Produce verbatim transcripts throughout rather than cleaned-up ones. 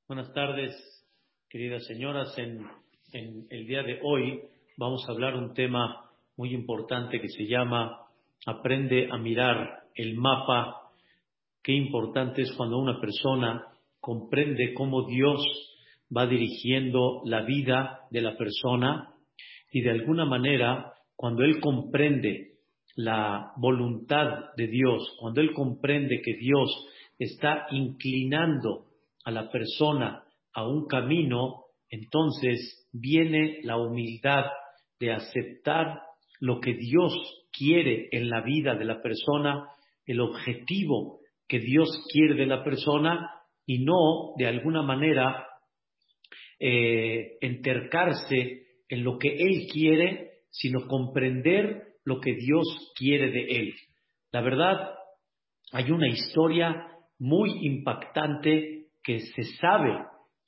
Buenas tardes, queridas señoras. En, en el día de hoy vamos a hablar un tema muy importante que se llama Aprende a mirar el mapa. Qué importante es cuando una persona comprende cómo Dios va dirigiendo la vida de la persona y de alguna manera cuando él comprende la voluntad de Dios, cuando él comprende que Dios está inclinando a la persona a un camino, entonces viene la humildad de aceptar lo que Dios quiere en la vida de la persona, el objetivo que Dios quiere de la persona y no de alguna manera eh, entercarse en lo que Él quiere, sino comprender lo que Dios quiere de Él. La verdad, hay una historia muy impactante que se sabe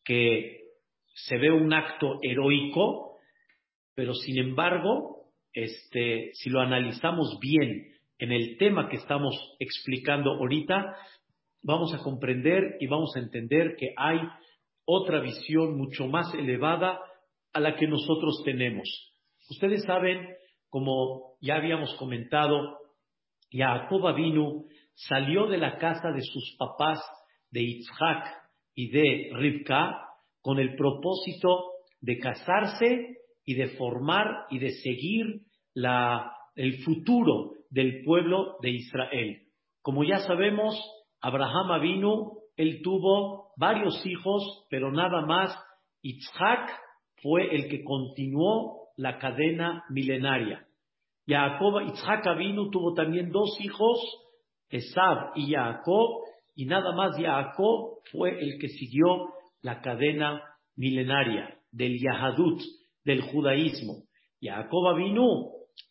que se ve un acto heroico, pero sin embargo, este, si lo analizamos bien en el tema que estamos explicando ahorita, vamos a comprender y vamos a entender que hay otra visión mucho más elevada a la que nosotros tenemos. Ustedes saben, como ya habíamos comentado, Jacob Avinu salió de la casa de sus papás, de Yitzhak y de Rivka, con el propósito de casarse y de formar y de seguir la, el futuro del pueblo de Israel. Como ya sabemos, Abraham Avinu, él tuvo varios hijos, pero nada más Yitzhak fue el que continuó la cadena milenaria. Jacob, Yitzhak Avinu tuvo también dos hijos, Esav y Jacob, y nada más Jacob fue el que siguió la cadena milenaria del Yahadut, del judaísmo. Jacob Avinu,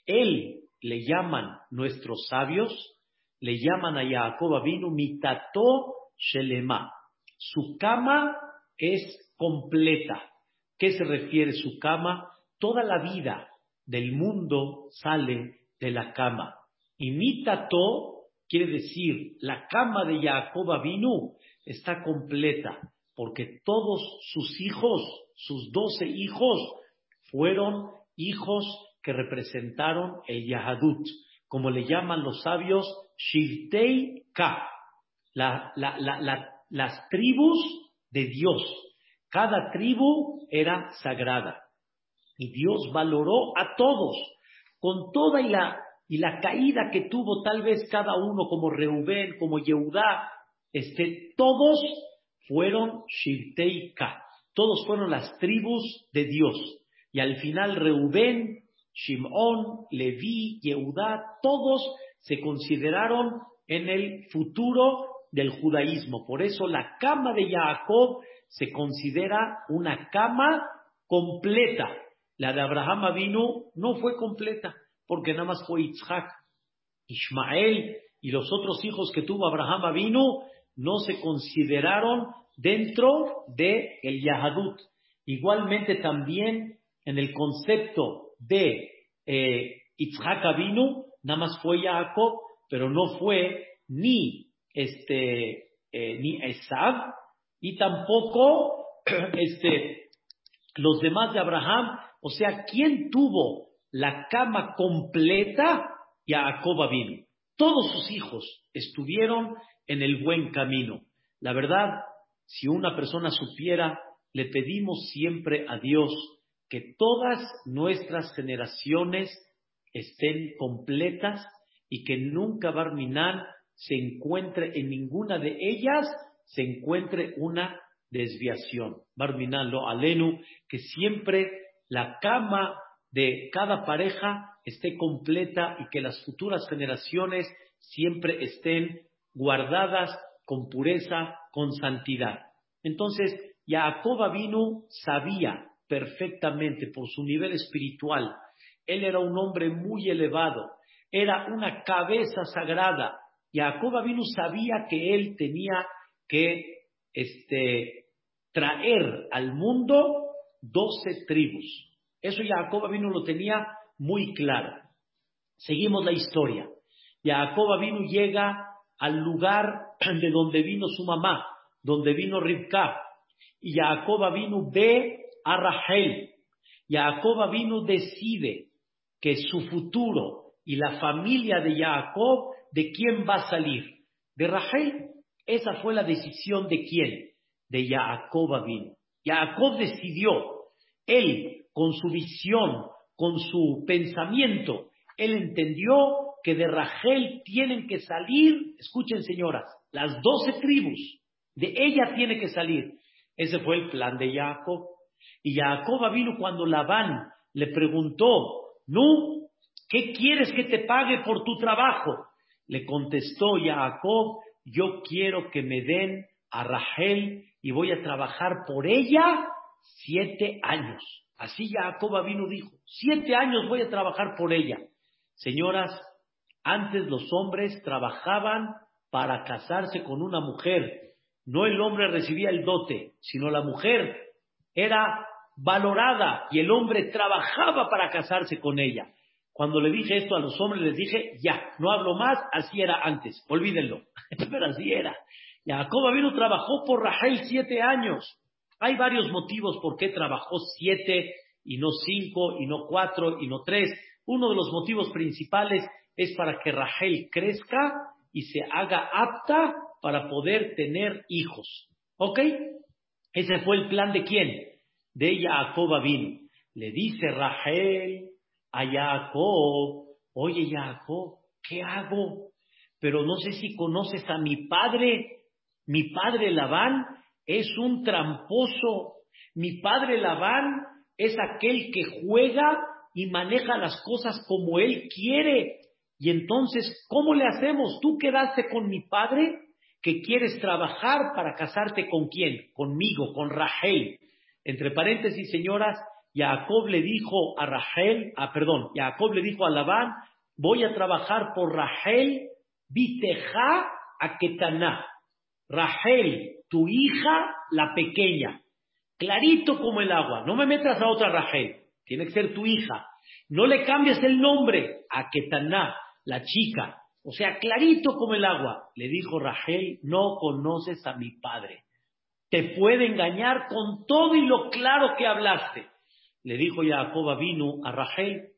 él le llaman nuestros sabios, le llaman a Jacob Avinu mitato shelema. Su cama es completa. ¿Qué se refiere su cama? Toda la vida del mundo sale de la cama. Y mitato quiere decir, la cama de Jacob Avinu está completa, porque todos sus hijos, sus doce hijos, fueron hijos que representaron el Yahadut, como le llaman los sabios, Shivtei Ka, la, la, la, la, las tribus de Dios. Cada tribu era sagrada. Y Dios valoró a todos, con toda y la, y la caída que tuvo tal vez cada uno, como Reubén, como Yehudá, este, todos fueron Shivtei Ka, todos fueron las tribus de Dios. Y al final Reubén, Shimón, Leví, Yehudá, todos se consideraron en el futuro del judaísmo. Por eso la cama de Jacob se considera una cama completa. La de Abraham Avinu no fue completa, porque nada más fue Yitzhak. Ismael y los otros hijos que tuvo Abraham Avinu no se consideraron dentro de el Yahadut. Igualmente también en el concepto de eh, Yitzhak Avinu, nada más fue Jacob, pero no fue ni este eh, ni Esav y tampoco este los demás de Abraham. O sea, ¿quién tuvo la cama completa? Jacob Avinu. Todos sus hijos estuvieron en el buen camino. La verdad, si una persona supiera, le pedimos siempre a Dios que todas nuestras generaciones estén completas y que nunca Barminan se encuentre en ninguna de ellas, se encuentre una desviación. Barminan lo alenu, que siempre la cama de cada pareja esté completa y que las futuras generaciones siempre estén guardadas con pureza, con santidad. Entonces, Jacob Avinu sabía perfectamente por su nivel espiritual, él era un hombre muy elevado, era una cabeza sagrada. Jacob Avinu sabía que él tenía que este, traer al mundo doce tribus. Eso Jacob Avinu lo tenía muy claro. Seguimos la historia. Jacob Avinu llega al lugar de donde vino su mamá, donde vino Rivka. y Jacob vino ve a Rachel. Jacob vino decide que su futuro y la familia de Jacob, ¿de quién va a salir? De Rachel. Esa fue la decisión de quién, de Jacob vino. Jacob decidió, él con su visión, con su pensamiento, él entendió que de Rachel tienen que salir, escuchen señoras, las doce tribus, de ella tiene que salir. Ese fue el plan de Jacob. Y Jacob vino cuando Labán le preguntó, ¿no? ¿Qué quieres que te pague por tu trabajo? Le contestó Jacob, yo quiero que me den a Rachel y voy a trabajar por ella siete años. Así Jacob vino dijo, siete años voy a trabajar por ella. Señoras, antes los hombres trabajaban para casarse con una mujer. No el hombre recibía el dote, sino la mujer era valorada y el hombre trabajaba para casarse con ella. Cuando le dije esto a los hombres, les dije, ya, no hablo más, así era antes, olvídenlo. Pero así era. Jacob vino trabajó por Rachel siete años. Hay varios motivos por qué trabajó siete y no cinco y no cuatro y no tres. Uno de los motivos principales es para que Rachel crezca y se haga apta para poder tener hijos. ¿Ok? Ese fue el plan de quién? De Jacob vino. Le dice Rachel a Jacob, oye Jacob, ¿qué hago? Pero no sé si conoces a mi padre. Mi padre Labán es un tramposo. Mi padre Labán es aquel que juega y maneja las cosas como él quiere. Y entonces, ¿cómo le hacemos? Tú quedaste con mi padre, que quieres trabajar para casarte con quién? Conmigo, con Rachel. Entre paréntesis, señoras, Jacob le dijo a Rachel, ah, perdón, Jacob le dijo a Labán, voy a trabajar por Rachel, Biteja a Ketaná. Rachel, tu hija, la pequeña. Clarito como el agua. No me metas a otra Rachel. Tiene que ser tu hija. No le cambies el nombre a Ketaná, la chica. O sea, clarito como el agua. Le dijo Rachel, no conoces a mi padre. Te puede engañar con todo y lo claro que hablaste. Le dijo Jacob vino a Rachel,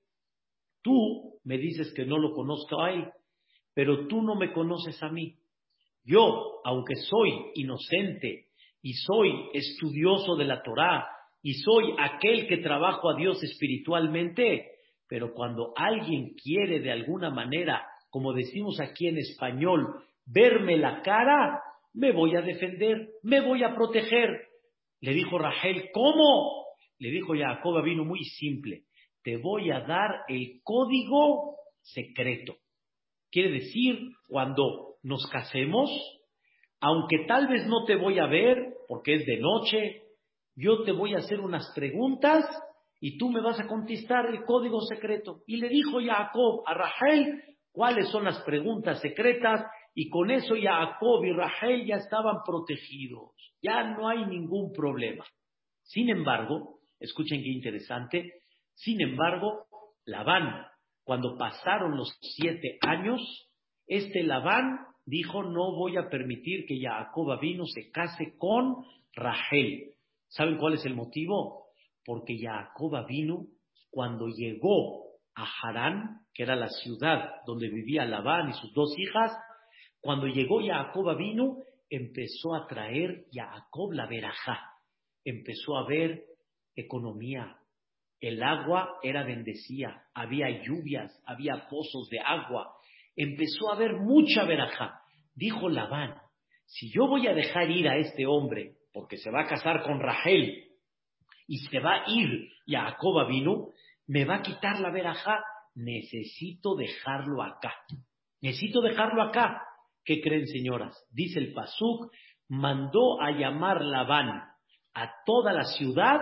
tú me dices que no lo conozco a él, pero tú no me conoces a mí. Yo, aunque soy inocente y soy estudioso de la Torá y soy aquel que trabajo a Dios espiritualmente, pero cuando alguien quiere de alguna manera, como decimos aquí en español, verme la cara, me voy a defender, me voy a proteger. Le dijo Rachel, ¿cómo? Le dijo Jacob vino muy simple, te voy a dar el código secreto. Quiere decir, cuando nos casemos, aunque tal vez no te voy a ver, porque es de noche, yo te voy a hacer unas preguntas y tú me vas a contestar el código secreto. Y le dijo Jacob a Rachel cuáles son las preguntas secretas, y con eso Jacob y Rachel ya estaban protegidos. Ya no hay ningún problema. Sin embargo, escuchen qué interesante, sin embargo, Labán, cuando pasaron los siete años, este Labán dijo, no voy a permitir que Jacob vino se case con Rachel. ¿Saben cuál es el motivo? Porque Jacob vino, cuando llegó a Harán, que era la ciudad donde vivía Labán y sus dos hijas, cuando llegó Jacob vino, empezó a traer Jacob la verajá. Empezó a ver economía. El agua era bendecida, había lluvias, había pozos de agua. Empezó a haber mucha verajá. Dijo Labán, si yo voy a dejar ir a este hombre, porque se va a casar con Rachel, y se va a ir Jacob vino, me va a quitar la verajá. Necesito dejarlo acá. Necesito dejarlo acá. ¿Qué creen, señoras? Dice el Pasuk, mandó a llamar Labán a toda la ciudad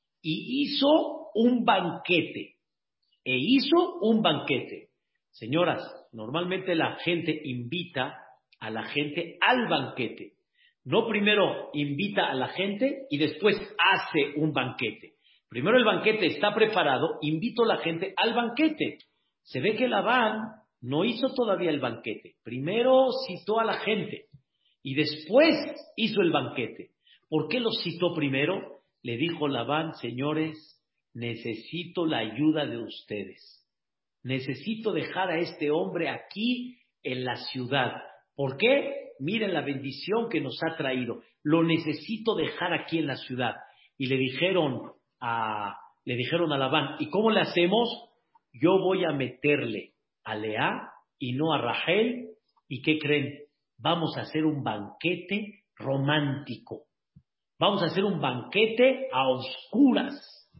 y hizo un banquete. E hizo un banquete. Señoras, normalmente la gente invita a la gente al banquete. No primero invita a la gente y después hace un banquete. Primero el banquete está preparado, invito a la gente al banquete. Se ve que Labán no hizo todavía el banquete. Primero citó a la gente y después hizo el banquete. ¿Por qué los citó primero? Le dijo Labán, señores, necesito la ayuda de ustedes. Necesito dejar a este hombre aquí en la ciudad. ¿Por qué? Miren la bendición que nos ha traído. Lo necesito dejar aquí en la ciudad. Y le dijeron a, le dijeron a Labán, ¿y cómo le hacemos? Yo voy a meterle a Lea y no a Rachel. ¿Y qué creen? Vamos a hacer un banquete romántico. Vamos a hacer un banquete a oscuras.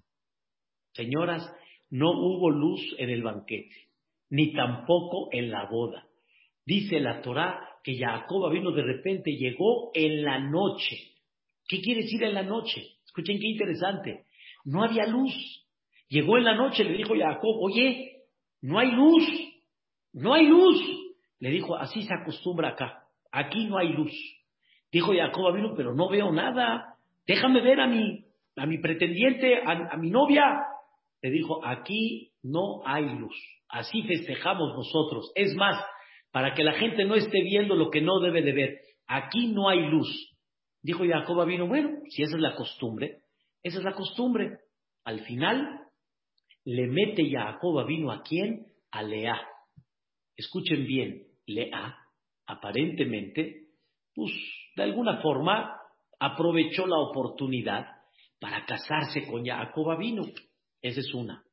Señoras, no hubo luz en el banquete, ni tampoco en la boda. Dice la Torá que Jacob vino de repente, llegó en la noche. ¿Qué quiere decir en la noche? Escuchen qué interesante. No había luz. Llegó en la noche, le dijo Jacob, oye, no hay luz, no hay luz. Le dijo, así se acostumbra acá, aquí no hay luz. Dijo Jacob vino, pero no veo nada. Déjame ver a mi, a mi pretendiente, a, a mi novia. Le dijo, aquí no hay luz. Así festejamos nosotros. Es más, para que la gente no esté viendo lo que no debe de ver. Aquí no hay luz. Dijo Jacob vino, bueno, si esa es la costumbre, esa es la costumbre. Al final, le mete Jacob vino a quién? A Lea. Escuchen bien, Lea, aparentemente, pues, de alguna forma, aprovechó la oportunidad para casarse con Jacob vino. Esa es una.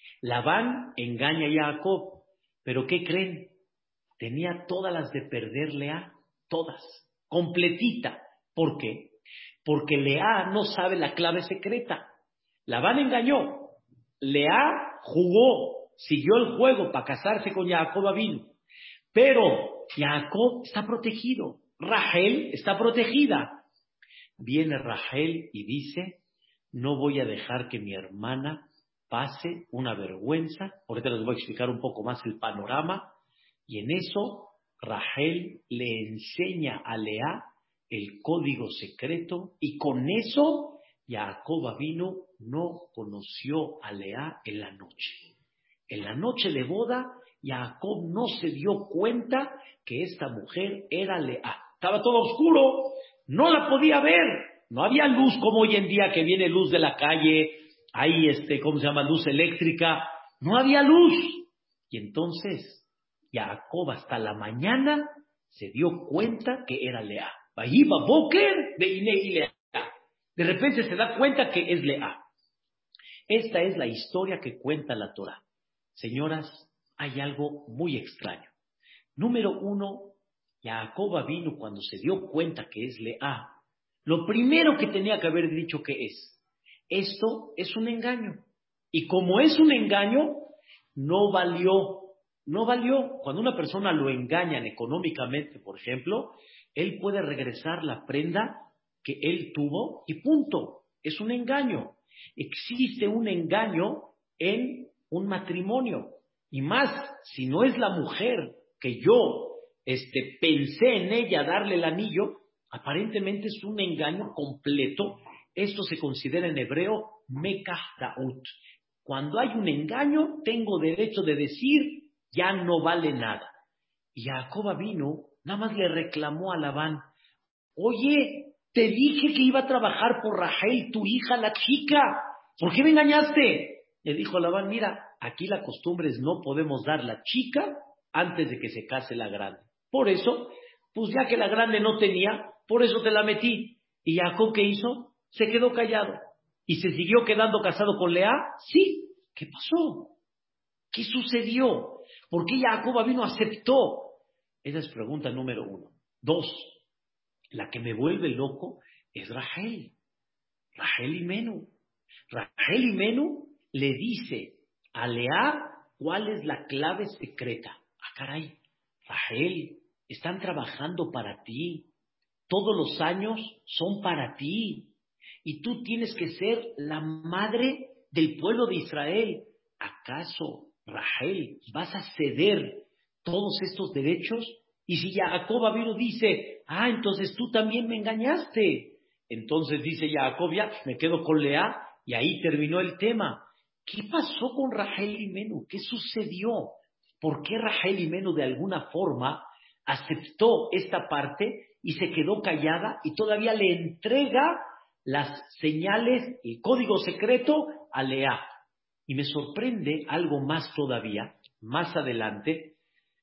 Labán engaña a Jacob, pero ¿qué creen? Tenía todas las de perder Lea, todas, completita. ¿Por qué? Porque Lea no sabe la clave secreta. Labán engañó. Lea jugó, siguió el juego para casarse con Jacob vino. Pero Jacob está protegido. Rachel está protegida. Viene Rachel y dice, no voy a dejar que mi hermana pase una vergüenza. Ahorita les voy a explicar un poco más el panorama. Y en eso, Rachel le enseña a Lea el código secreto. Y con eso, Jacob vino no conoció a Lea en la noche. En la noche de boda, Jacob no se dio cuenta que esta mujer era Lea. Estaba todo oscuro, no la podía ver. No había luz como hoy en día que viene luz de la calle, hay este, ¿cómo se llama? Luz eléctrica. No había luz. Y entonces, Jacob hasta la mañana se dio cuenta que era Lea. De repente se da cuenta que es Lea. Esta es la historia que cuenta la Torá. Señoras, hay algo muy extraño. Número uno, Jacob vino cuando se dio cuenta que es Lea. Lo primero que tenía que haber dicho que es, esto es un engaño. Y como es un engaño, no valió, no valió. Cuando una persona lo engañan económicamente, por ejemplo, él puede regresar la prenda que él tuvo y punto. Es un engaño. Existe un engaño en un matrimonio. Y más, si no es la mujer que yo este, pensé en ella darle el anillo, aparentemente es un engaño completo. Esto se considera en hebreo mekah ta'ut. Cuando hay un engaño, tengo derecho de decir, ya no vale nada. Y Jacob vino, nada más le reclamó a Labán, oye, te dije que iba a trabajar por Rachel, tu hija, la chica. ¿Por qué me engañaste? Le dijo Labán, mira, aquí la costumbre es no podemos dar la chica antes de que se case la grande. Por eso, pues ya que la grande no tenía, por eso te la metí. ¿Y Jacob qué hizo? Se quedó callado. ¿Y se siguió quedando casado con Lea? Sí. ¿Qué pasó? ¿Qué sucedió? ¿Por qué Jacob vino aceptó? Esa es pregunta número uno. Dos, la que me vuelve loco es Rachel. Rachel y Menú. Rachel y Menú le dice a Lea cuál es la clave secreta. Ah, caray, Rachel, están trabajando para ti. Todos los años son para ti. Y tú tienes que ser la madre del pueblo de Israel. ¿Acaso, Rachel, vas a ceder todos estos derechos? Y si Jacob vino dice, ah, entonces tú también me engañaste. Entonces dice Jacob, ya, me quedo con Lea, y ahí terminó el tema. ¿Qué pasó con Rachel y Menú? ¿Qué sucedió? ¿Por qué Rachel y Menú de alguna forma aceptó esta parte y se quedó callada y todavía le entrega las señales, el código secreto a Lea. Y me sorprende algo más todavía, más adelante.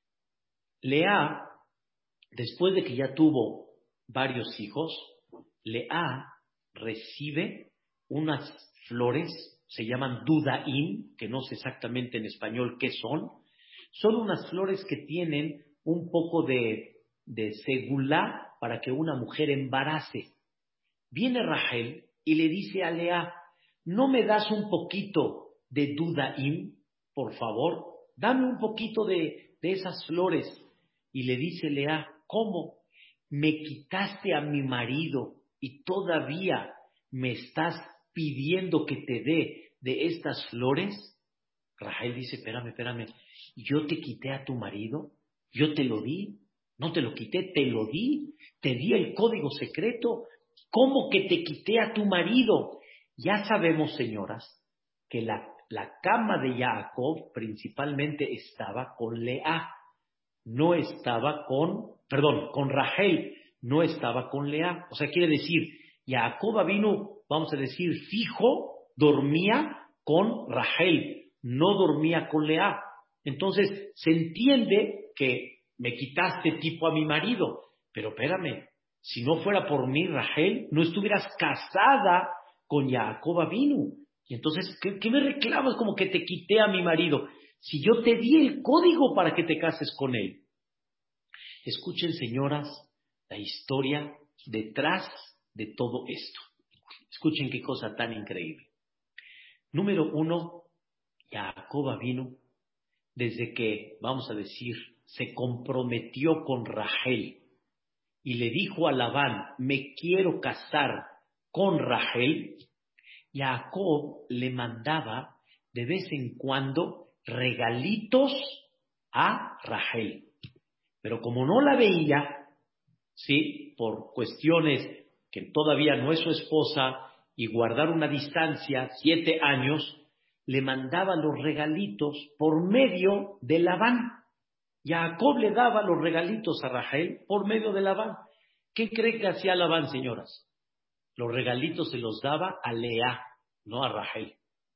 Lea, después de que ya tuvo varios hijos, Lea recibe unas flores, se llaman dudaim, que no sé exactamente en español qué son. Son unas flores que tienen un poco de, de segulá para que una mujer embarace. Viene Rachel y le dice a Lea, ¿no me das un poquito de dudaim, por favor? Dame un poquito de, de esas flores. Y le dice Lea, ¿cómo? Me quitaste a mi marido y todavía me estás pidiendo que te dé de estas flores. Rachel dice, espérame, espérame, ¿yo te quité a tu marido? ¿Yo te lo di? No te lo quité, te lo di. Te di el código secreto. ¿Cómo que te quité a tu marido? Ya sabemos, señoras, que la, la cama de Jacob principalmente estaba con Lea. No estaba con, perdón, con Rachel, no estaba con Lea. O sea, quiere decir, Jacob vino, vamos a decir, fijo, dormía con Rachel, no dormía con Lea. Entonces, se entiende que me quitaste tipo a mi marido, pero espérame, si no fuera por mí, Rachel, no estuvieras casada con Jacob vino. Y entonces, ¿qué, ¿qué me reclamas como que te quité a mi marido? Si yo te di el código para que te cases con él. Escuchen, señoras, la historia detrás de todo esto. Escuchen qué cosa tan increíble. Número uno, Jacob vino desde que, vamos a decir, se comprometió con Rachel y le dijo a Labán, me quiero casar con Rachel. Jacob le mandaba de vez en cuando regalitos a Rachel. Pero como no la veía, ¿sí? Por cuestiones que todavía no es su esposa y guardar una distancia, siete años, le mandaba los regalitos por medio de Labán. Jacob le daba los regalitos a Rachel por medio de Labán. ¿Qué cree que hacía Labán, señoras? Los regalitos se los daba a Lea, no a Rachel.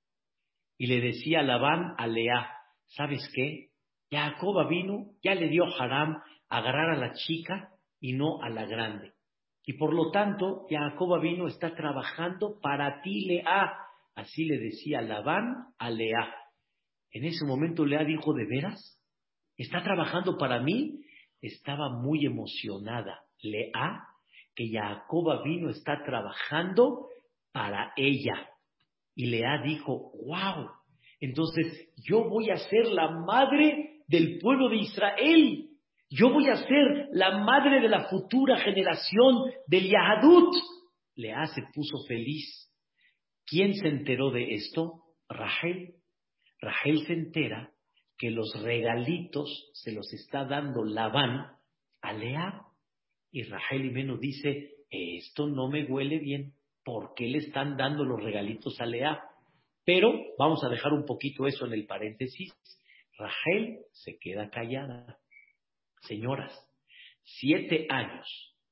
Y le decía a Labán a Lea, ¿sabes qué? Jacob vino, ya le dio haram agarrar a la chica y no a la grande. Y por lo tanto, Jacob vino está trabajando para ti, Lea. Así le decía Labán a Lea. En ese momento Lea dijo, ¿de veras? ¿Está trabajando para mí? Estaba muy emocionada Lea que Jacob vino está trabajando para ella. Y Lea dijo, wow, entonces yo voy a ser la madre del pueblo de Israel. Yo voy a ser la madre de la futura generación del Yahadut. Lea se puso feliz. ¿Quién se enteró de esto? Rachel. Rachel se entera que los regalitos se los está dando Labán a Lea. Y Rachel Imenu dice, esto no me huele bien. ¿Por qué le están dando los regalitos a Lea? Pero vamos a dejar un poquito eso en el paréntesis. Rachel se queda callada. Señoras, siete años,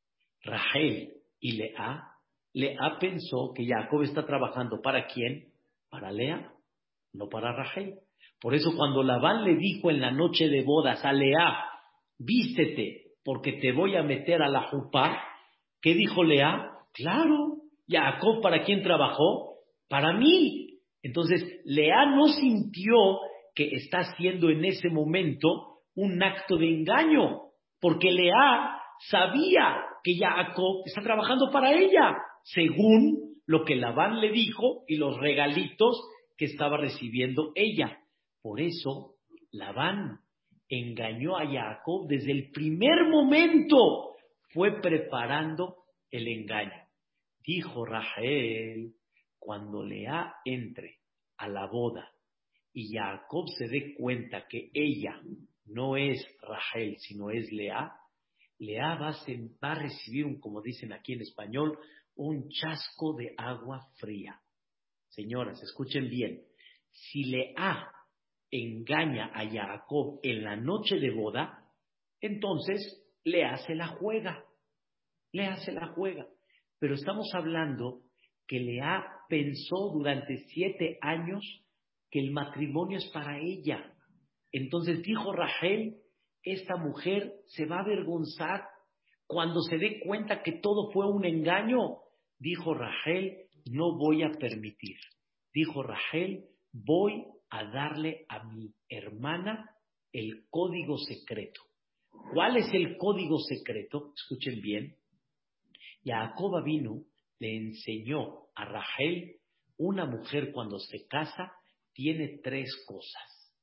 Rachel y Lea, Lea pensó que Jacob está trabajando ¿para quién? Para Lea, no para Rachel. Por eso cuando Labán le dijo en la noche de bodas a Lea, vístete porque te voy a meter a la jupá, ¿qué dijo Lea? Claro, Jacob ¿para quién trabajó? Para mí. Entonces Lea no sintió que está haciendo en ese momento un acto de engaño, porque Lea sabía que Jacob está trabajando para ella, según lo que Labán le dijo y los regalitos que estaba recibiendo ella. Por eso Labán engañó a Jacob desde el primer momento, fue preparando el engaño. Dijo Rachel, cuando Lea entre a la boda y Jacob se dé cuenta que ella no es Rachel, sino es Lea, Lea va a, va a recibir, un, como dicen aquí en español, un chasco de agua fría. Señoras, escuchen bien, si Lea engaña a Jacob en la noche de boda, entonces Lea se la juega, Lea se la juega. Pero estamos hablando que Lea pensó durante siete años que el matrimonio es para ella. Entonces dijo Rachel, esta mujer se va a avergonzar cuando se dé cuenta que todo fue un engaño. Dijo Rachel, no voy a permitir. Dijo Rachel, voy a darle a mi hermana el código secreto. ¿Cuál es el código secreto? Escuchen bien. Jacob Avinu le enseñó a Rachel, una mujer cuando se casa tiene tres cosas.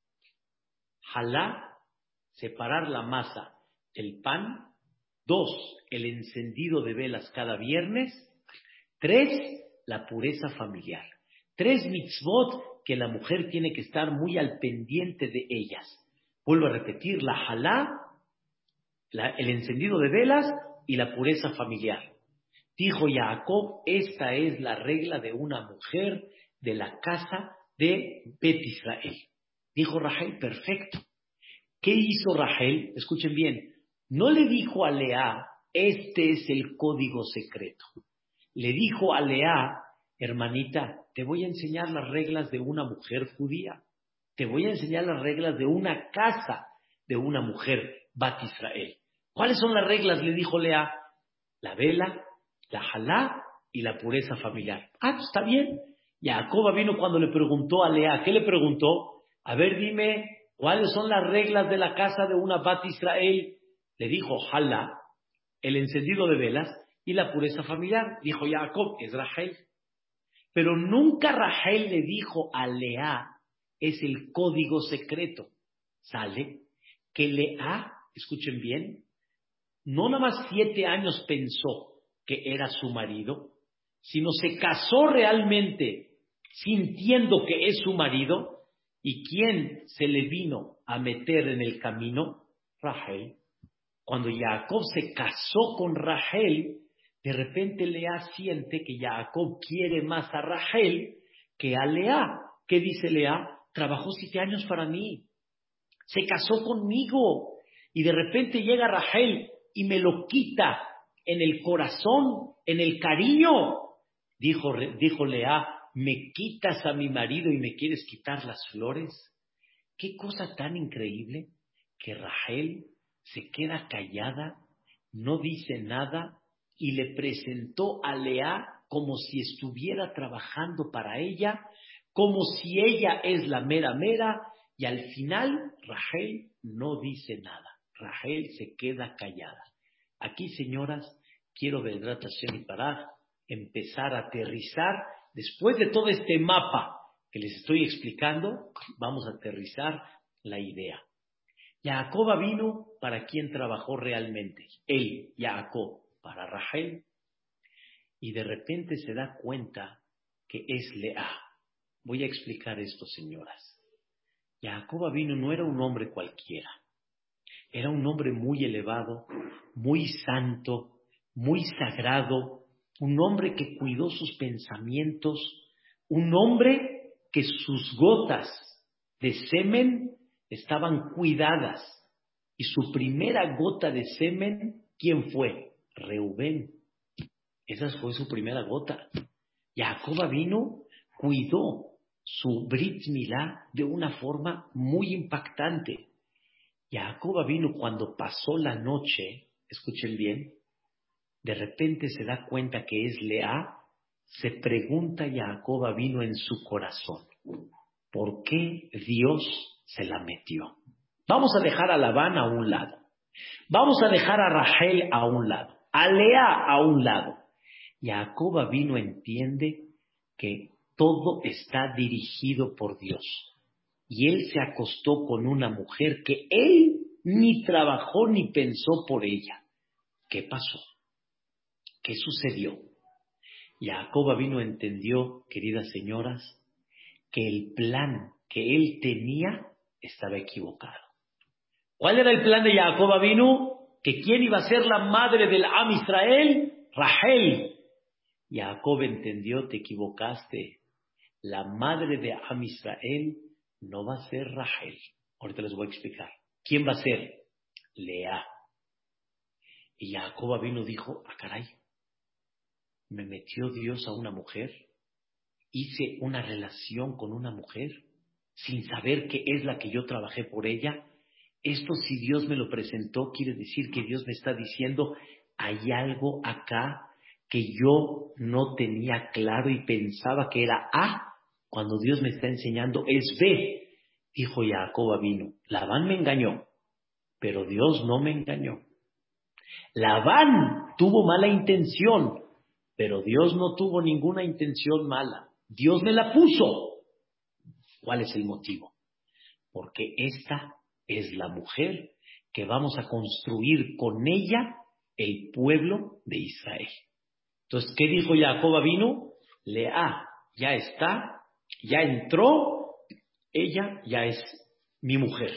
Jalá, separar la masa del pan. Dos, el encendido de velas cada viernes. Tres, la pureza familiar. Tres mitzvot que la mujer tiene que estar muy al pendiente de ellas. Vuelvo a repetir, la jalá, la, el encendido de velas y la pureza familiar. Dijo Jacob, esta es la regla de una mujer de la casa de Bet Israel. Dijo Rachel, perfecto. ¿Qué hizo Rachel? Escuchen bien, no le dijo a Lea, este es el código secreto. Le dijo a Lea, hermanita, te voy a enseñar las reglas de una mujer judía. Te voy a enseñar las reglas de una casa de una mujer Bat Israel. ¿Cuáles son las reglas? Le dijo Lea. La vela, la jalá y la pureza familiar. Ah, pues está bien. Jacob vino cuando le preguntó a Lea. ¿Qué le preguntó? A ver, dime, ¿cuáles son las reglas de la casa de una Bat Israel? Le dijo, jalá, el encendido de velas y la pureza familiar. Dijo Jacob, es Rachel. Pero nunca Rachel le dijo a Lea, es el código secreto. Sale que Lea, escuchen bien, no nada más siete años pensó que era su marido, sino se casó realmente sintiendo que es su marido. ¿Y quién se le vino a meter en el camino? Rachel. Cuando Jacob se casó con Rachel, de repente Lea siente que Jacob quiere más a Rachel que a Lea. ¿Qué dice Lea? Trabajó siete años para mí, se casó conmigo y de repente llega Rachel y me lo quita en el corazón, en el cariño. Dijo, dijo Lea, ¿me quitas a mi marido y me quieres quitar las flores? Qué cosa tan increíble que Rachel se queda callada, no dice nada y le presentó a Lea como si estuviera trabajando para ella, como si ella es la mera mera, y al final Rachel no dice nada. Rachel se queda callada. Aquí, señoras, quiero Bedrat Hashem y para empezar a aterrizar, después de todo este mapa que les estoy explicando, vamos a aterrizar la idea. Jacob vino para quien trabajó realmente. Él, Jacob, para Rachel. Y de repente se da cuenta que es Lea. Voy a explicar esto, señoras. Jacob vino no era un hombre cualquiera. Era un hombre muy elevado, muy santo, muy sagrado, un hombre que cuidó sus pensamientos, un hombre que sus gotas de semen estaban cuidadas. Y su primera gota de semen, ¿quién fue? Reubén. Esa fue su primera gota. Jacob vino, cuidó su Brit Milá de una forma muy impactante. Jacob vino cuando pasó la noche, escuchen bien, de repente se da cuenta que es Lea, se pregunta Jacob vino en su corazón, ¿por qué Dios se la metió? Vamos a dejar a Labán a un lado, vamos a dejar a Rachel a un lado, a Lea a un lado. Jacob vino entiende que todo está dirigido por Dios. Y él se acostó con una mujer que él ni trabajó ni pensó por ella. ¿Qué pasó? ¿Qué sucedió? Jacob vino entendió, queridas señoras, que el plan que él tenía estaba equivocado. ¿Cuál era el plan de Jacob vino? ¿Que quién iba a ser la madre del Am Israel? Rachel. Jacob entendió, te equivocaste. La madre de Am Israel no va a ser Rachel. Ahorita les voy a explicar. ¿Quién va a ser? Lea. Y Jacob vino dijo, ah caray, ¿Me metió Dios a una mujer? ¿Hice una relación con una mujer sin saber que es la que yo trabajé por ella? Esto, si Dios me lo presentó, quiere decir que Dios me está diciendo, hay algo acá que yo no tenía claro y pensaba que era A, cuando Dios me está enseñando es B. Dijo Jacob Avinu, Labán me engañó, pero Dios no me engañó. Labán tuvo mala intención, pero Dios no tuvo ninguna intención mala. Dios me la puso. ¿Cuál es el motivo? Porque esta es la mujer que vamos a construir con ella el pueblo de Israel. Entonces, ¿qué dijo Jacob Avinu? Lea, ya está, ya entró, ella ya es mi mujer.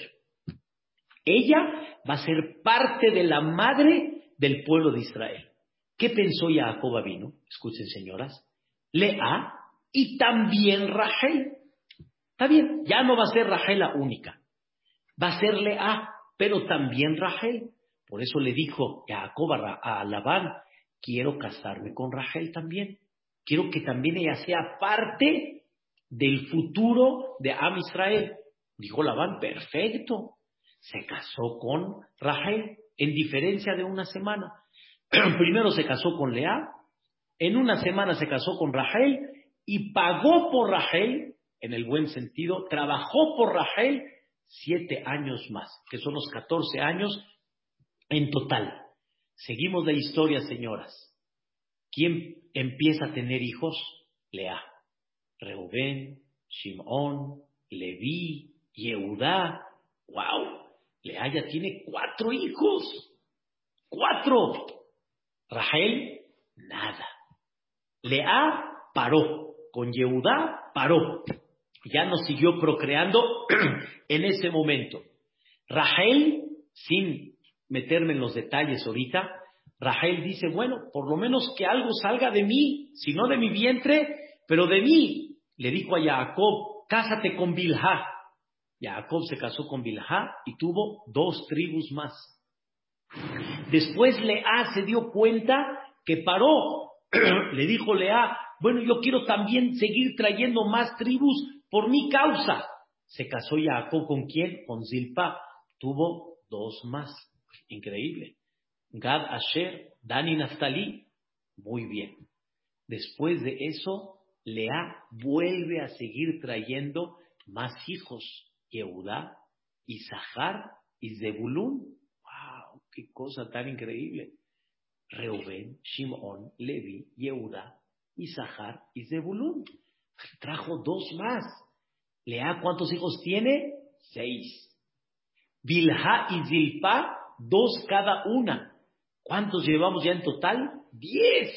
Ella va a ser parte de la madre del pueblo de Israel. ¿Qué pensó Jacob Avinu? Escuchen, señoras. Lea y también Rachel. Está bien, ya no va a ser Rachel la única. Va a ser Lea, pero también Rachel. Por eso le dijo Jacob a Labán, quiero casarme con Rachel también. Quiero que también ella sea parte del futuro de Am Israel. Dijo Labán, perfecto. Se casó con Rachel en diferencia de una semana. Primero se casó con Lea, en una semana se casó con Rachel y pagó por Rachel, en el buen sentido, trabajó por Rachel siete años más, que son los catorce años en total. Seguimos la historia, señoras. ¿Quién empieza a tener hijos? Lea. Reubén, Shimón, Leví, Yehudá. ¡Wow! Lea ya tiene cuatro hijos. ¡Cuatro! Rachel, nada. Lea paró. Con Yehudá paró. Ya no siguió procreando en ese momento. Rachel, sin meterme en los detalles ahorita, Rachel dice, bueno, por lo menos que algo salga de mí, si no de mi vientre, pero de mí. Le dijo a Jacob, cásate con Bilhá. Jacob se casó con Bilhá y tuvo dos tribus más. Después Lea se dio cuenta que paró. Le dijo Lea, bueno, yo quiero también seguir trayendo más tribus por mi causa. Se casó Jacob con quién? Con Zilpa. Tuvo dos más. Increíble. Gad, Asher, Dan y Naftali. Muy bien. Después de eso, Lea vuelve a seguir trayendo más hijos. Yehudá, Isahar y Zebulún. ¡Wow! ¡Qué cosa tan increíble! Reubén, Shimón, Levi, Yehudá, Isahar y Zebulún. Trajo dos más. Lea, ¿cuántos hijos tiene? Seis. Bilhá y Zilpá, dos cada una. ¿Cuántos llevamos ya en total? Diez.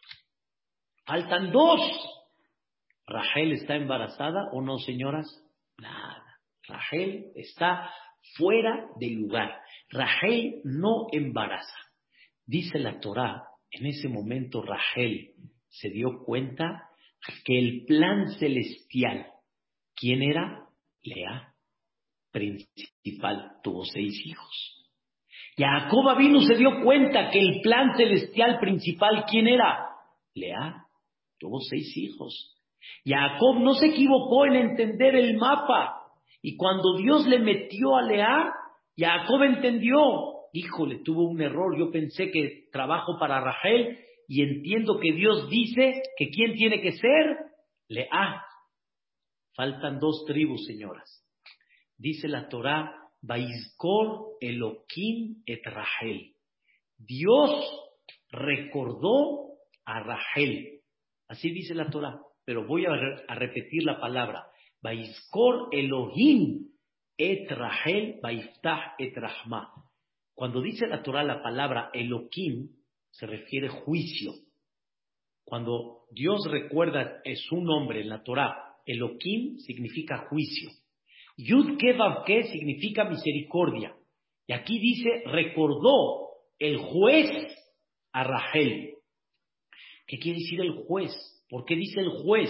Faltan dos. ¿Rachel está embarazada o no, señoras? Nada. Rachel está fuera de lugar. Rachel no embaraza. Dice la Torá, en ese momento Rachel se dio cuenta que el plan celestial, ¿quién era? Lea, principal, tuvo seis hijos. Jacob Avinu se dio cuenta que el plan celestial principal, ¿quién era? Lea, tuvo seis hijos. Jacob no se equivocó en entender el mapa. Y cuando Dios le metió a Lea, Jacob entendió. Híjole, tuvo un error. Yo pensé que trabajo para Rachel y entiendo que Dios dice que ¿quién tiene que ser? Lea. Faltan dos tribus, señoras. Dice la Torá, Vaizkor Elohim et Rachel. Dios recordó a Rachel. Así dice la Torá, pero voy a, re- a repetir la palabra. Vaizkor Elohim et Rachel, Vaiftah et Rahma. Cuando dice la Torá la palabra Elohim, se refiere juicio. Cuando Dios recuerda su nombre en la Torá, Elohim significa juicio. Yud Ke Vav Ke significa misericordia. Y aquí dice, recordó el juez a Rachel. ¿Qué quiere decir el juez? ¿Por qué dice el juez?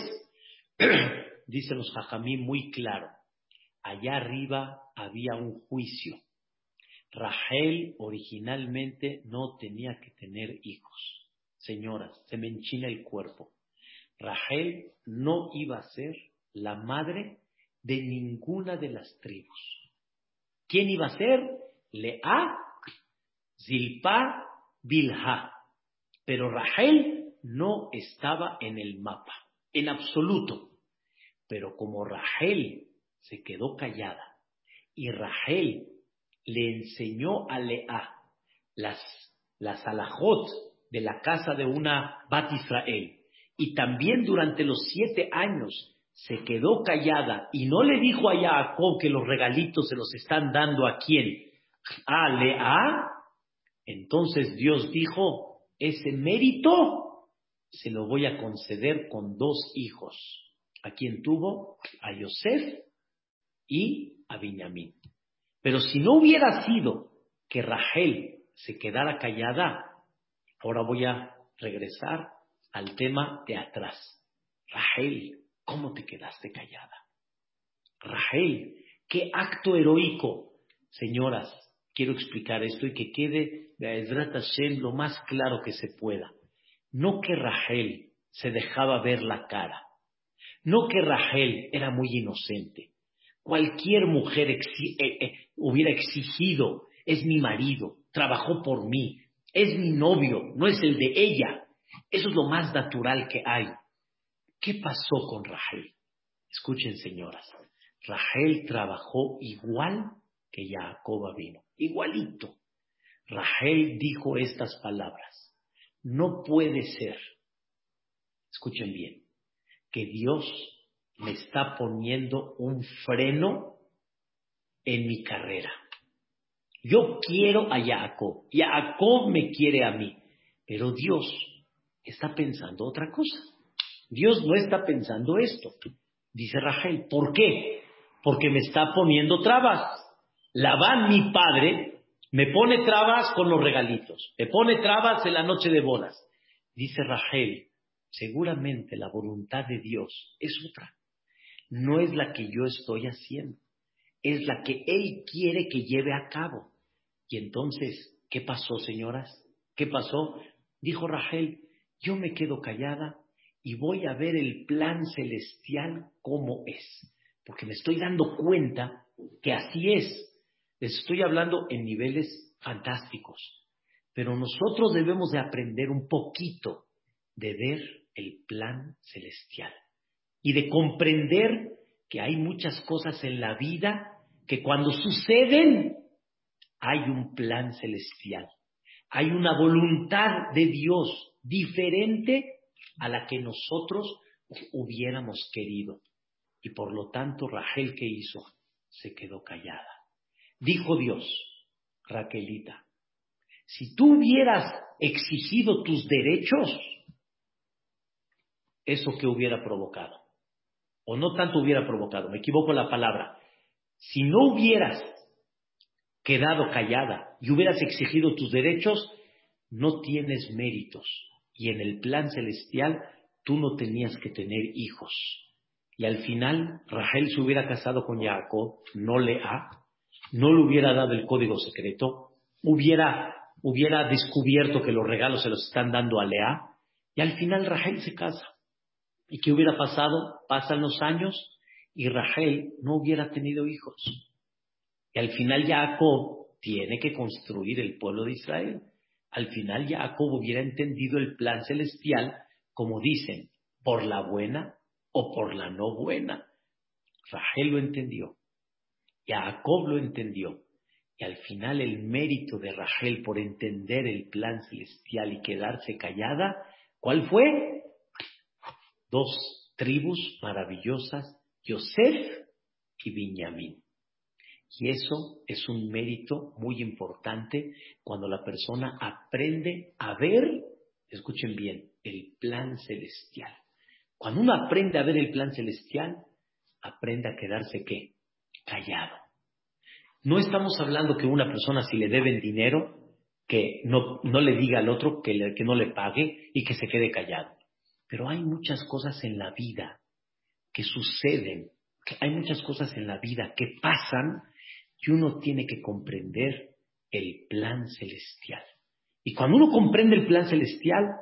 Dicen los Jajamí muy claro. Allá arriba había un juicio. Rachel originalmente no tenía que tener hijos. señoras, se me enchina el cuerpo. Rachel no iba a ser la madre de ninguna de las tribus. ¿Quién iba a ser? Lea, Zilpá, Bilhá. Pero Rachel no estaba en el mapa, en absoluto. Pero como Rachel se quedó callada y Rachel le enseñó a Lea las, las alajot de la casa de una Bat Israel, y también durante los siete años se quedó callada y no le dijo a Jacob que los regalitos se los están dando a quién, a Lea, entonces Dios dijo, ese mérito se lo voy a conceder con dos hijos. ¿A quién tuvo? A Yosef y a Binyamin. Pero si no hubiera sido que Rachel se quedara callada, ahora voy a regresar al tema de atrás. Rachel, ¿cómo te quedaste callada? Rachel, qué acto heroico. Señoras, quiero explicar esto y que quede Be'ezrat Hashem lo más claro que se pueda. No que Rachel se dejaba ver la cara. No que Rachel era muy inocente. Cualquier mujer exi- eh, eh, hubiera exigido, es mi marido, trabajó por mí, es mi novio, no es el de ella. Eso es lo más natural que hay. ¿Qué pasó con Rachel? Escuchen, señoras. Rachel trabajó igual que Jacob vino, igualito. Rachel dijo estas palabras. No puede ser, escuchen bien, que Dios me está poniendo un freno en mi carrera. Yo quiero a Jacob, Jacob me quiere a mí, pero Dios está pensando otra cosa. Dios no está pensando esto. Dice Rachel, ¿por qué? Porque me está poniendo trabas. Labán, mi padre, me pone trabas con los regalitos, me pone trabas en la noche de bodas. Dice Rachel, seguramente la voluntad de Dios es otra. No es la que yo estoy haciendo, es la que Él quiere que lleve a cabo. Y entonces, ¿qué pasó, señoras? ¿Qué pasó? Dijo Rachel, yo me quedo callada y voy a ver el plan celestial cómo es. Porque me estoy dando cuenta que así es. Les estoy hablando en niveles fantásticos. Pero nosotros debemos de aprender un poquito de ver el plan celestial. Y de comprender que hay muchas cosas en la vida que cuando suceden hay un plan celestial. Hay una voluntad de Dios diferente a la que nosotros hubiéramos querido. Y por lo tanto, Rachel, ¿qué hizo? Se quedó callada. Dijo Dios, Raquelita, si tú hubieras exigido tus derechos, ¿eso qué hubiera provocado? O no tanto hubiera provocado, me equivoco en la palabra. Si no hubieras quedado callada y hubieras exigido tus derechos, no tienes méritos. Y en el plan celestial, tú no tenías que tener hijos. Y al final, Rachel se hubiera casado con Jacob, no Lea, no le hubiera dado el código secreto, hubiera, hubiera descubierto que los regalos se los están dando a Lea, y al final Rachel se casa. ¿Y qué hubiera pasado? Pasan los años y Rachel no hubiera tenido hijos. Y al final Jacob tiene que construir el pueblo de Israel. Al final Jacob hubiera entendido el plan celestial, como dicen, por la buena o por la no buena. Rachel lo entendió, Jacob lo entendió, y al final el mérito de Rachel por entender el plan celestial y quedarse callada, ¿cuál fue? Dos tribus maravillosas, Yosef y Binyamin. Y eso es un mérito muy importante cuando la persona aprende a ver, escuchen bien, el plan celestial. Cuando uno aprende a ver el plan celestial, aprende a quedarse, ¿qué? Callado. No estamos hablando que una persona, si le deben dinero, que no, no le diga al otro que, le, que no le pague y que se quede callado. Pero hay muchas cosas en la vida que suceden, hay muchas cosas en la vida que pasan y uno tiene que comprender el plan celestial. Y cuando uno comprende el plan celestial,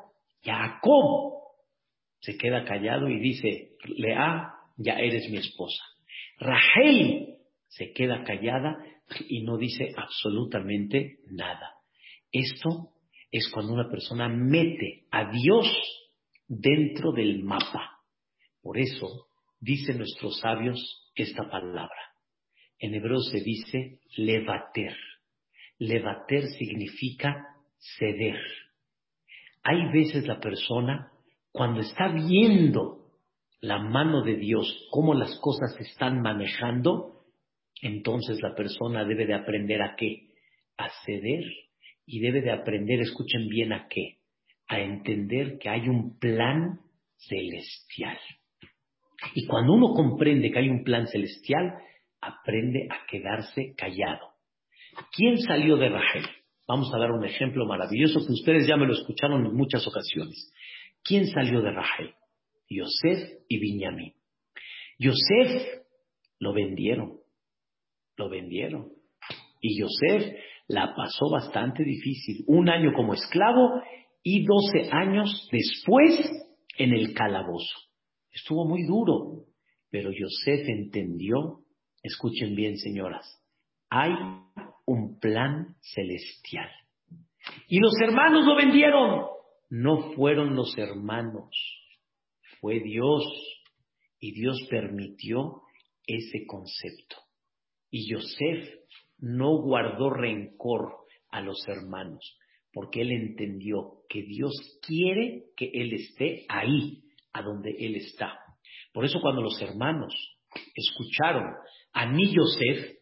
Jacob se queda callado y dice, Lea, ya eres mi esposa. Rachel se queda callada y no dice absolutamente nada. Esto es cuando una persona mete a Dios dentro del mapa. Por eso dicen nuestros sabios esta palabra. En hebreo se dice levater. Levater significa ceder. Hay veces la persona, cuando está viendo la mano de Dios, cómo las cosas se están manejando, entonces la persona debe de aprender a qué, a ceder, y debe de aprender, escuchen bien a qué, a entender que hay un plan celestial. Y cuando uno comprende que hay un plan celestial, aprende a quedarse callado. ¿Quién salió de Rachel? Vamos a dar un ejemplo maravilloso que ustedes ya me lo escucharon en muchas ocasiones. ¿Quién salió de Rachel? Yosef y Binyamin. Yosef lo vendieron, lo vendieron. Y Yosef la pasó bastante difícil. Un año como esclavo y doce años después en el calabozo. Estuvo muy duro, pero Yosef entendió, escuchen bien señoras, hay un plan celestial. Y los hermanos lo vendieron. No fueron los hermanos, fue Dios. Y Dios permitió ese concepto. Y Yosef no guardó rencor a los hermanos, porque él entendió que Dios quiere que él esté ahí, a donde él está. Por eso cuando los hermanos escucharon a mí Yosef,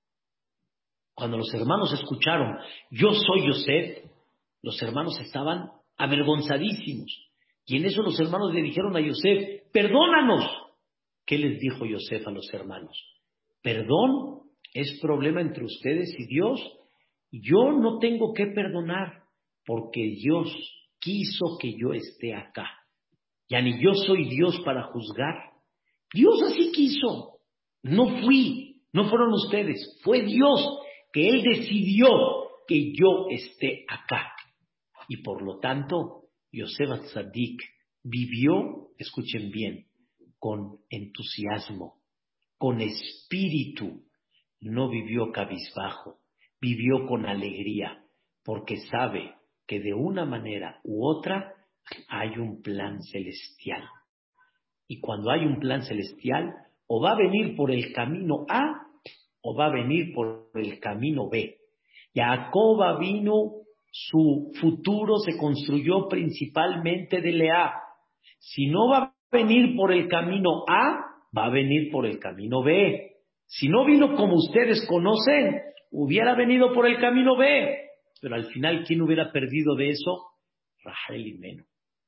cuando los hermanos escucharon yo soy Yosef, los hermanos estaban avergonzadísimos. Y en eso los hermanos le dijeron a Yosef, perdónanos. ¿Qué les dijo Yosef a los hermanos? Perdón es problema entre ustedes y Dios. Yo no tengo que perdonar porque Dios quiso que yo esté acá. Ya ni yo soy Dios para juzgar. Dios así quiso. No fui, no fueron ustedes, fue Dios que Él decidió que yo esté acá. Y por lo tanto, Yosef Atzadik vivió, escuchen bien, con entusiasmo, con espíritu. No vivió cabizbajo, vivió con alegría, porque sabe que de una manera u otra hay un plan celestial. Y cuando hay un plan celestial, o va a venir por el camino A, o va a venir por el camino B. Jacob vino, su futuro se construyó principalmente de Lea. Si no va a venir por el camino A, va a venir por el camino B. Si no vino como ustedes conocen, hubiera venido por el camino B. Pero al final, ¿quién hubiera perdido de eso? Rachel y Meno.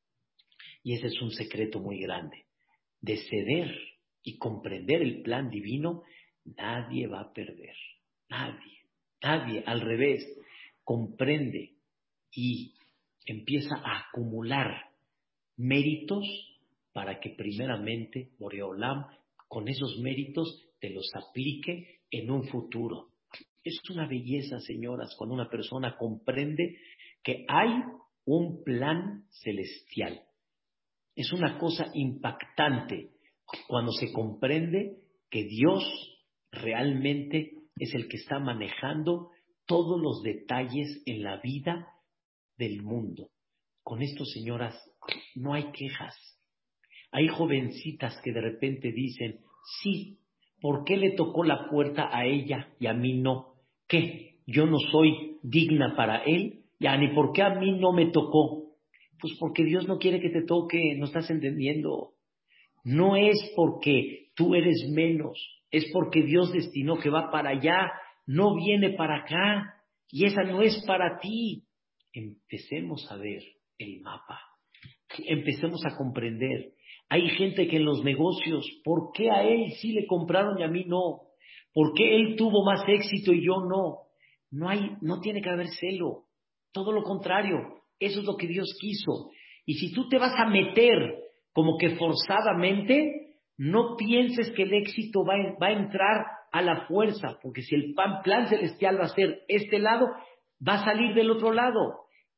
Y ese es un secreto muy grande. De ceder y comprender el plan divino, nadie va a perder. Nadie. Nadie. Al revés. Comprende y empieza a acumular méritos para que primeramente Boreolam con esos méritos te los aplique en un futuro. Es una belleza, señoras, cuando una persona comprende que hay un plan celestial. Es una cosa impactante cuando se comprende que Dios realmente es el que está manejando todos los detalles en la vida del mundo. Con esto, señoras, no hay quejas. Hay jovencitas que de repente dicen, sí, ¿por qué le tocó la puerta a ella y a mí no? ¿Qué? ¿Yo no soy digna para él? Ya, ni por qué a mí no me tocó. Pues porque Dios no quiere que te toque, no estás entendiendo. No es porque tú eres menos, es porque Dios destinó que va para allá, no viene para acá, y esa no es para ti. Empecemos a ver el mapa, empecemos a comprender. Hay gente que en los negocios, ¿por qué a él sí le compraron y a mí no? ¿Por qué él tuvo más éxito y yo no? No hay, no tiene que haber celo, todo lo contrario, eso es lo que Dios quiso. Y si tú te vas a meter como que forzadamente, no pienses que el éxito va a, va a entrar a la fuerza, porque si el plan, plan celestial va a ser este lado, va a salir del otro lado.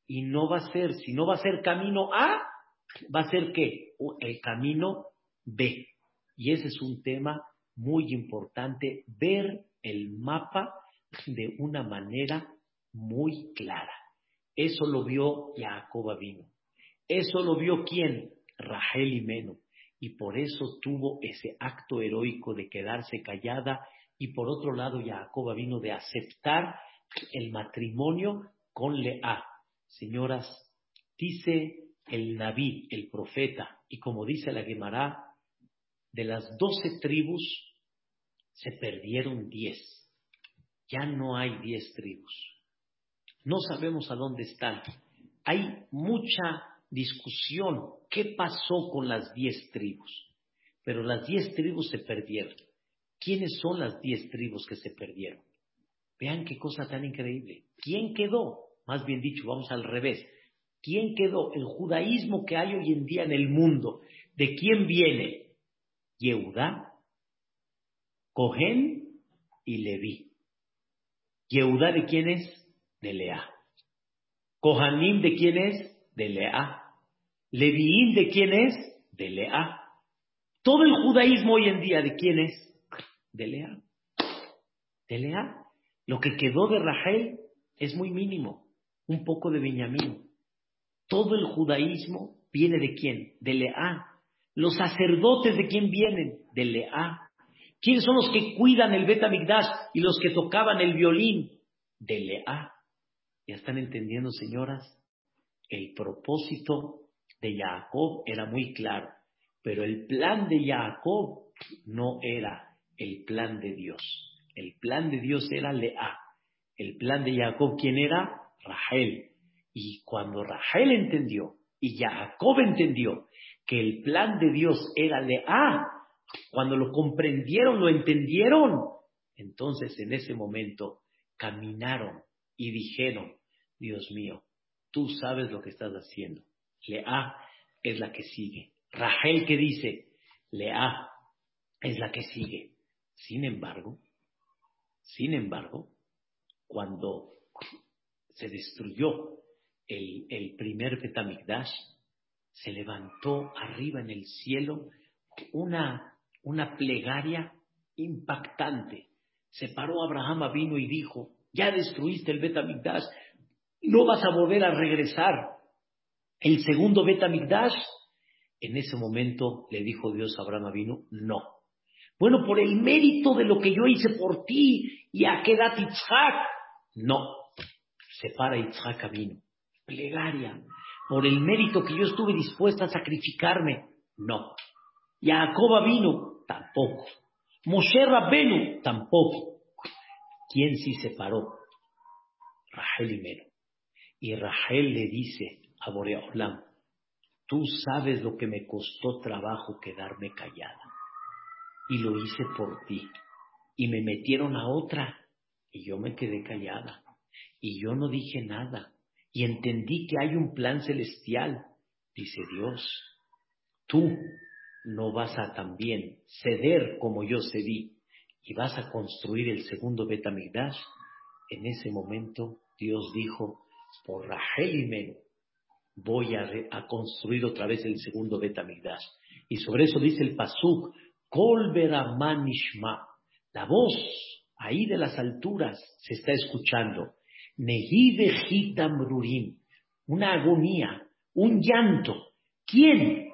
y no va a ser, si no va a ser camino A, va a ser ¿qué? El camino B. Y ese es un tema muy importante, ver el mapa de una manera muy clara. Eso lo vio Jacob Avinu. Eso lo vio ¿quién? Rachel Imenu. Y por eso tuvo ese acto heroico de quedarse callada. Y por otro lado, Jacob Avinu de aceptar el matrimonio con Lea. Señoras, dice el Naví, el profeta, y como dice la Gemara, de las doce tribus se perdieron diez. Ya no hay diez tribus. No sabemos a dónde están. Hay mucha discusión. ¿Qué pasó con las diez tribus? Pero las diez tribus se perdieron. ¿Quiénes son las diez tribus que se perdieron? Vean qué cosa tan increíble. ¿Quién quedó? Más bien dicho, vamos al revés. ¿Quién quedó? El judaísmo que hay hoy en día en el mundo. ¿De quién viene? Yehudá, Cohen y Leví. ¿Yehudá de quién es? De Lea. Kohanim de quién es? De Lea. Leviín de quién es? De Lea. Todo el judaísmo hoy en día ¿de quién es? De Lea. De Lea. Lo que quedó de Rachel es muy mínimo. Un poco de Benjamín. Todo el judaísmo viene ¿de quién? De Lea. Los sacerdotes ¿de quién vienen? De Lea. ¿Quiénes son los que cuidan el Bet HaMikdash y los que tocaban el violín? De Lea. ¿Ya están entendiendo, señoras? El propósito de Jacob era muy claro, pero el plan de Jacob no era el plan de Dios. El plan de Dios era Lea. El plan de Jacob, ¿quién era? Rachel. Y cuando Rachel entendió y Jacob entendió que el plan de Dios era Lea, cuando lo comprendieron, lo entendieron, entonces en ese momento caminaron y dijeron, Dios mío, tú sabes lo que estás haciendo. Lea es la que sigue. Rachel, ¿qué dice? Lea es la que sigue. Sin embargo, sin embargo, cuando se destruyó el, el primer Bet HaMikdash, se levantó arriba en el cielo una, una plegaria impactante. Se paró Abraham Avinu y dijo, ya destruiste el Bet HaMikdash, no vas a volver a regresar. El segundo Bet HaMikdash, en ese momento le dijo Dios a Abraham Avinu, no. Bueno, por el mérito de lo que yo hice por ti y a Kedat Yitzhak, no. Se para Yitzhak Avinu. Plegaria. Por el mérito que yo estuve dispuesta a sacrificarme, no. Jacob Avinu, tampoco. Moshe Rabbenu, tampoco. ¿Quién sí se paró? Rachel Imenu. Y Rachel le dice a Borei Olam, tú sabes lo que me costó trabajo quedarme callada. Y lo hice por ti. Y me metieron a otra. Y yo me quedé callada. Y yo no dije nada. Y entendí que hay un plan celestial. Dice Dios, tú no vas a también ceder como yo cedí. Y vas a construir el segundo Bet HaMikdash. En ese momento Dios dijo, por Rachel Imenu voy a, re, a construir otra vez el segundo Bet HaMikdash. Y sobre eso dice el Pasuk, Kol Beraman Nishma. La voz ahí de las alturas se está escuchando. Nehi Vejitam Rurim. Una agonía, un llanto. ¿Quién?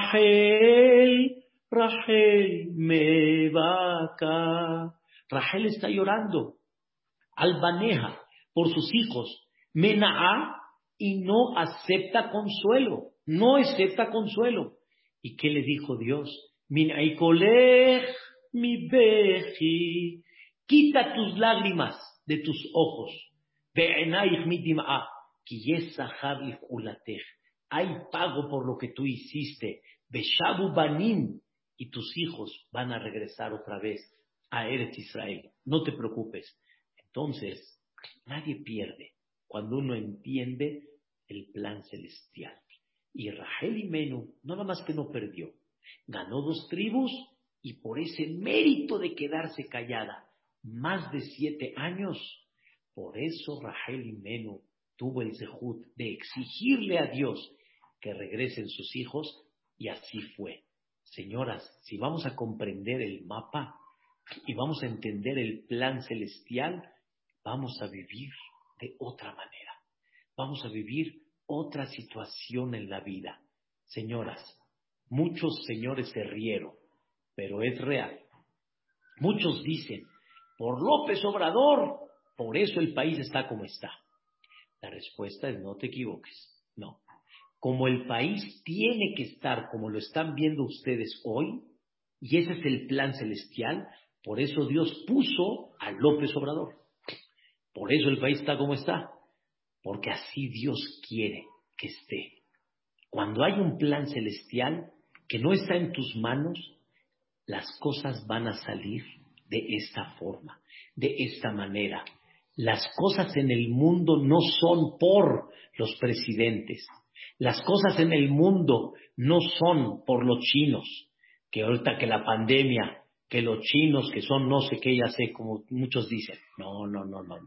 Rachel, Rachel me vaca. Rachel está llorando. Albaneja por sus hijos. Menaá, y no acepta consuelo. No acepta consuelo. ¿Y qué le dijo Dios? Min aikolech mi beji. Quita tus lágrimas de tus ojos. Ve'enaich mi dim'a. Ki yesachar lichulatech. Hay pago por lo que tú hiciste. Beshabu banim. Y tus hijos van a regresar otra vez a Eretz Israel. No te preocupes. Entonces, nadie pierde cuando uno entiende el plan celestial. Y Rachel Imenu, no nada más que no perdió, ganó dos tribus y por ese mérito de quedarse callada más de siete años, por eso Rachel Imenu tuvo el zehut de exigirle a Dios que regresen sus hijos, y así fue. Señoras, si vamos a comprender el mapa y vamos a entender el plan celestial, vamos a vivir de otra manera. Vamos a vivir otra situación en la vida. Señoras, muchos señores se rieron, pero es real. Muchos dicen, por López Obrador, por eso el país está como está. La respuesta es no te equivoques, no. Como el país tiene que estar como lo están viendo ustedes hoy, y ese es el plan celestial, por eso Dios puso a López Obrador. Por eso el país está como está, porque así Dios quiere que esté. Cuando hay un plan celestial que no está en tus manos, las cosas van a salir de esta forma, de esta manera. Las cosas en el mundo no son por los presidentes. Las cosas en el mundo no son por los chinos, que ahorita que la pandemia, que los chinos que son no sé qué, ya sé, como muchos dicen. No, no, no, no, no.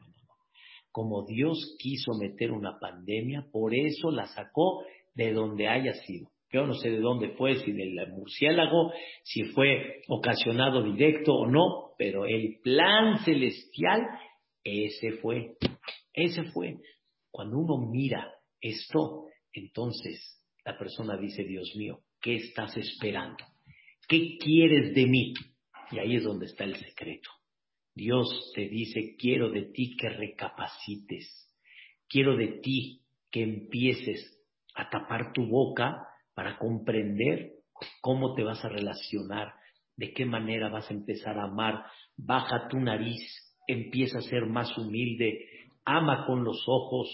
Como Dios quiso meter una pandemia, por eso la sacó de donde haya sido. Yo no sé de dónde fue, si del murciélago, si fue ocasionado directo o no, pero el plan celestial, ese fue, ese fue. Cuando uno mira esto, entonces la persona dice, Dios mío, ¿qué estás esperando? ¿Qué quieres de mí? Y ahí es donde está el secreto. Dios te dice, quiero de ti que recapacites, quiero de ti que empieces a tapar tu boca para comprender cómo te vas a relacionar, de qué manera vas a empezar a amar. Baja tu nariz, empieza a ser más humilde, ama con los ojos,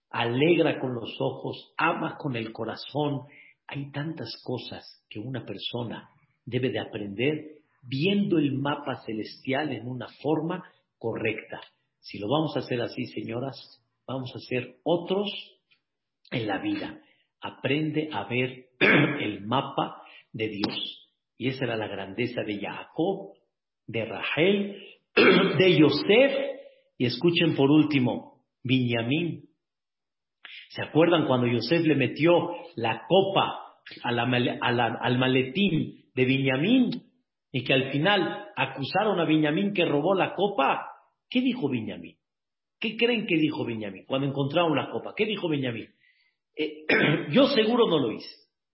alegra con los ojos, ama con el corazón. Hay tantas cosas que una persona debe de aprender viendo el mapa celestial en una forma correcta. Si lo vamos a hacer así, señoras, vamos a ser otros en la vida. Aprende a ver el mapa de Dios. Y esa era la grandeza de Jacob, de Rachel, de Yosef. Y escuchen por último, Binyamin. ¿Se acuerdan cuando Yosef le metió la copa a la, a la, al maletín de Binyamin? Y que al final acusaron a Binyamin que robó la copa. ¿Qué dijo Binyamin? ¿Qué creen que dijo Binyamin cuando encontraron la copa? ¿Qué dijo Binyamin? Eh, yo seguro no lo hice.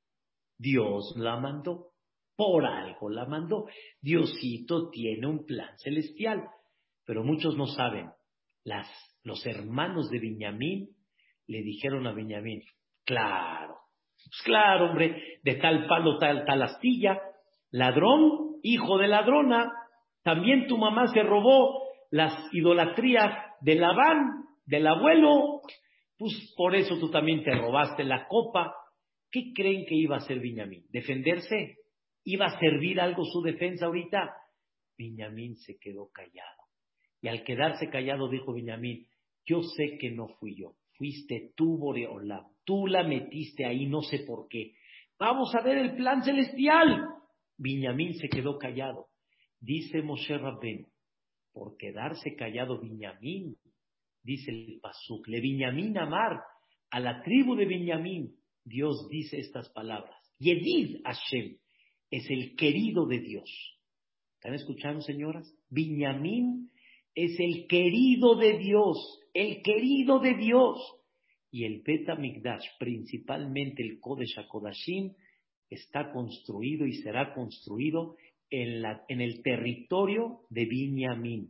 Dios la mandó. Por algo la mandó. Diosito tiene un plan celestial. Pero muchos no saben. Las, los hermanos de Binyamin le dijeron a Binyamin, claro, pues claro, hombre, de tal palo, tal, tal astilla, ladrón, hijo de ladrona, también tu mamá se robó las idolatrías de Labán, del abuelo, pues por eso tú también te robaste la copa. ¿Qué creen que iba a hacer Binyamin? ¿Defenderse? ¿Iba a servir algo su defensa ahorita? Binyamin se quedó callado. Y al quedarse callado dijo Binyamin, yo sé que no fui yo, fuiste tú, Boreolam, tú la metiste ahí, no sé por qué. Vamos a ver el plan celestial. Binyamin se quedó callado. Dice Moshe Rabbeinu, por quedarse callado Binyamin, dice el pasuk, le Binyamin Amar, a la tribu de Binyamin, Dios dice estas palabras, Yedid Hashem, es el querido de Dios. ¿Están escuchando, señoras? Binyamin es el querido de Dios, el querido de Dios. Y el Bet HaMikdash, principalmente el Kodesh HaKodashim, está construido y será construido en, la, en el territorio de Binyamin,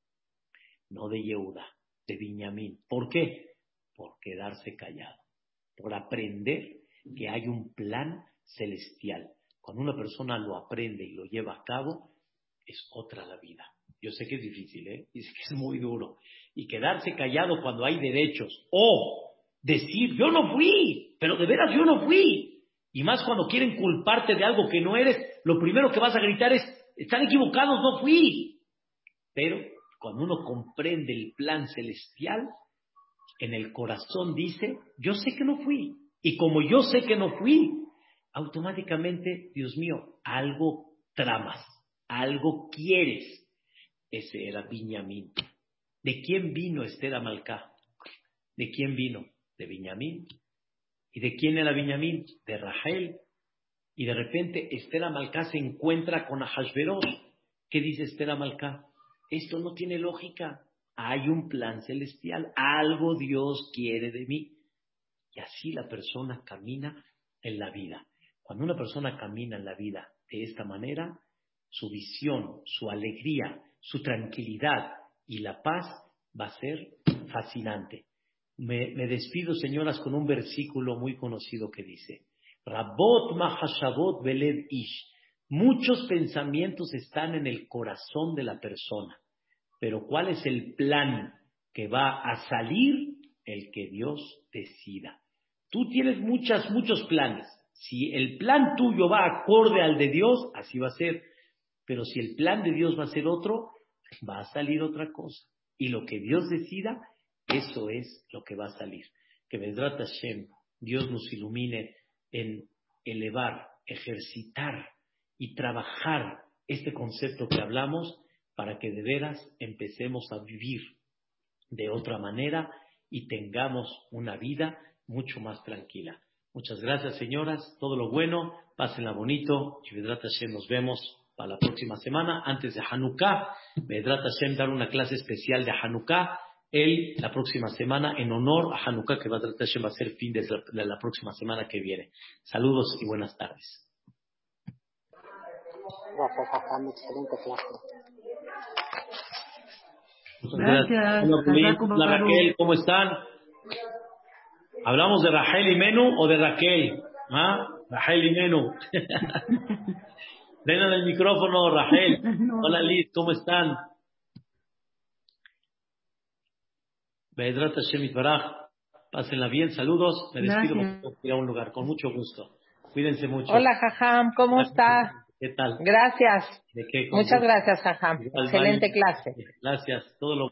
no de Yehuda, de Binyamin. ¿Por qué? Por quedarse callado, por aprender que hay un plan celestial. Cuando una persona lo aprende y lo lleva a cabo, es otra la vida. Yo sé que es difícil, ¿eh? Dice que es muy duro. Y quedarse callado cuando hay derechos. O decir, yo no fui, pero de veras yo no fui. Y más cuando quieren culparte de algo que no eres, lo primero que vas a gritar es, están equivocados, no fui. Pero cuando uno comprende el plan celestial, en el corazón dice, yo sé que no fui. Y como yo sé que no fui, automáticamente, Dios mío, algo tramas, algo quieres. Ese era Binyamin. ¿De quién vino Esther Amalcá? ¿De quién vino? De Binyamin. ¿Y de quién era Binyamin? De Rachel. Y de repente Esther Amalcá se encuentra con Ahasverosh. ¿Qué dice Esther Amalcá? Esto no tiene lógica. Hay un plan celestial. Algo Dios quiere de mí. Y así la persona camina en la vida. Cuando una persona camina en la vida de esta manera, su visión, su alegría, su tranquilidad y la paz va a ser fascinante. Me, me despido, señoras, con un versículo muy conocido que dice: Rabot mahashavot belev ish. Muchos pensamientos están en el corazón de la persona, pero ¿cuál es el plan que va a salir? El que Dios decida. Tú tienes muchas, muchos planes. Si el plan tuyo va acorde al de Dios, así va a ser. Pero si el plan de Dios va a ser otro, va a salir otra cosa. Y lo que Dios decida, eso es lo que va a salir. Que Bezrat Hashem, Dios nos ilumine en elevar, ejercitar y trabajar este concepto que hablamos para que de veras empecemos a vivir de otra manera y tengamos una vida mucho más tranquila. Muchas gracias, señoras. Todo lo bueno. Pásenla bonito. Y Bezrat Hashem, nos vemos para la próxima semana. Antes de Hanukkah, Bezrat Hashem dar una clase especial de Hanukkah el, la próxima semana en honor a Hanukkah, que Bezrat Hashem va a ser fin de la, de la próxima semana que viene. Saludos y buenas tardes. Gracias, Jajam. Excelente clase. Gracias. Hola, Rubén. Hola, Raquel. ¿Cómo están? ¿Hablamos de Rachel y Menú o de Raquel? ¿Ah? Rachel y Menú. Denle el micrófono, Rachel. Hola, Liz. ¿Cómo están? Be'ezrat Hashem Yitbaraj. Pásenla bien. Saludos. Me despido para ir a un lugar. Con mucho gusto. Cuídense mucho. Hola, Jajam. ¿Cómo está? ¿Qué tal? Gracias. ¿De qué? Muchas gracias, Jajam. Excelente clase. Gracias. Todo lo